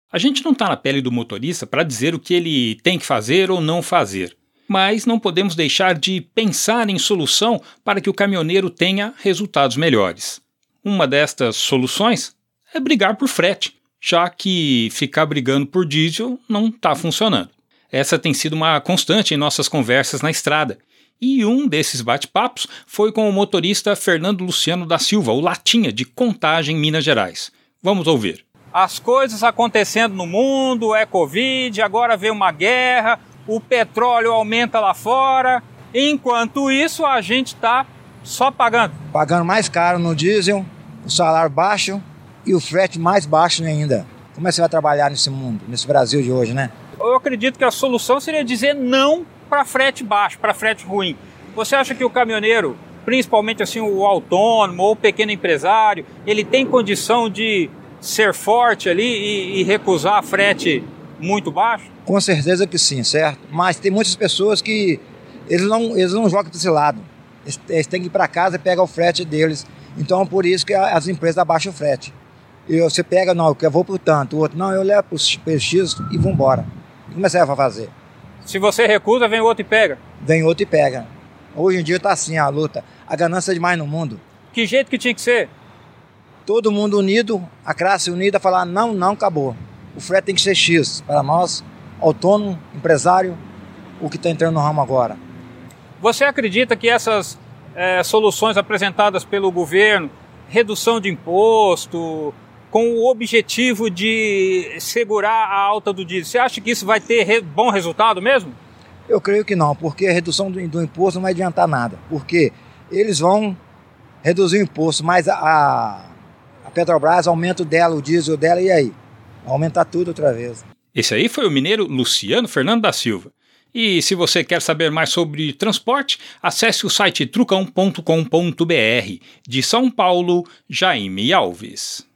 A gente não está na pele do motorista para dizer o que ele tem que fazer ou não fazer, mas não podemos deixar de pensar em solução para que o caminhoneiro tenha resultados melhores. Uma destas soluções é brigar por frete, já que ficar brigando por diesel não está funcionando. Essa tem sido uma constante em nossas conversas na estrada. E um desses bate-papos foi com o motorista Fernando Luciano da Silva, o Latinha, de Contagem, Minas Gerais. Vamos ouvir. As coisas acontecendo no mundo, é Covid, agora vem uma guerra, o petróleo aumenta lá fora. Enquanto isso, a gente está só pagando. Pagando mais caro no diesel, o salário baixo e o frete mais baixo ainda. Como é que você vai trabalhar nesse mundo, nesse Brasil de hoje, né? Eu acredito que a solução seria dizer não para frete baixo, para frete ruim. Você acha que o caminhoneiro, principalmente assim o autônomo ou o pequeno empresário, ele tem condição de ser forte ali e recusar frete muito baixo? Com certeza que sim, certo? Mas tem muitas pessoas que eles não jogam para esse lado. Eles têm que ir para casa e pegar o frete deles. Então, por isso que as empresas abaixam o frete. E você pega, não, eu vou por tanto. O outro, não, eu levo para o X e vou embora. Como você vai fazer? Se você recusa, vem outro e pega. Vem outro e pega. Hoje em dia está assim a luta. A ganância é demais no mundo. Que jeito que tinha que ser? Todo mundo unido, a classe unida, falar não, acabou. O frete tem que ser X para nós, autônomo, empresário, o que está entrando no ramo agora. Você acredita que essas soluções apresentadas pelo governo, redução de imposto, com o objetivo de segurar a alta do diesel, você acha que isso vai ter bom resultado mesmo? Eu creio que não, porque a redução do imposto não vai adiantar nada. Porque eles vão reduzir o imposto, mas a Petrobras aumenta o dela, o diesel dela, e aí? Vai aumentar tudo outra vez. Esse aí foi o mineiro Luciano Fernando da Silva. E se você quer saber mais sobre transporte, acesse o site trucão.com.br. De São Paulo, Jaime Alves.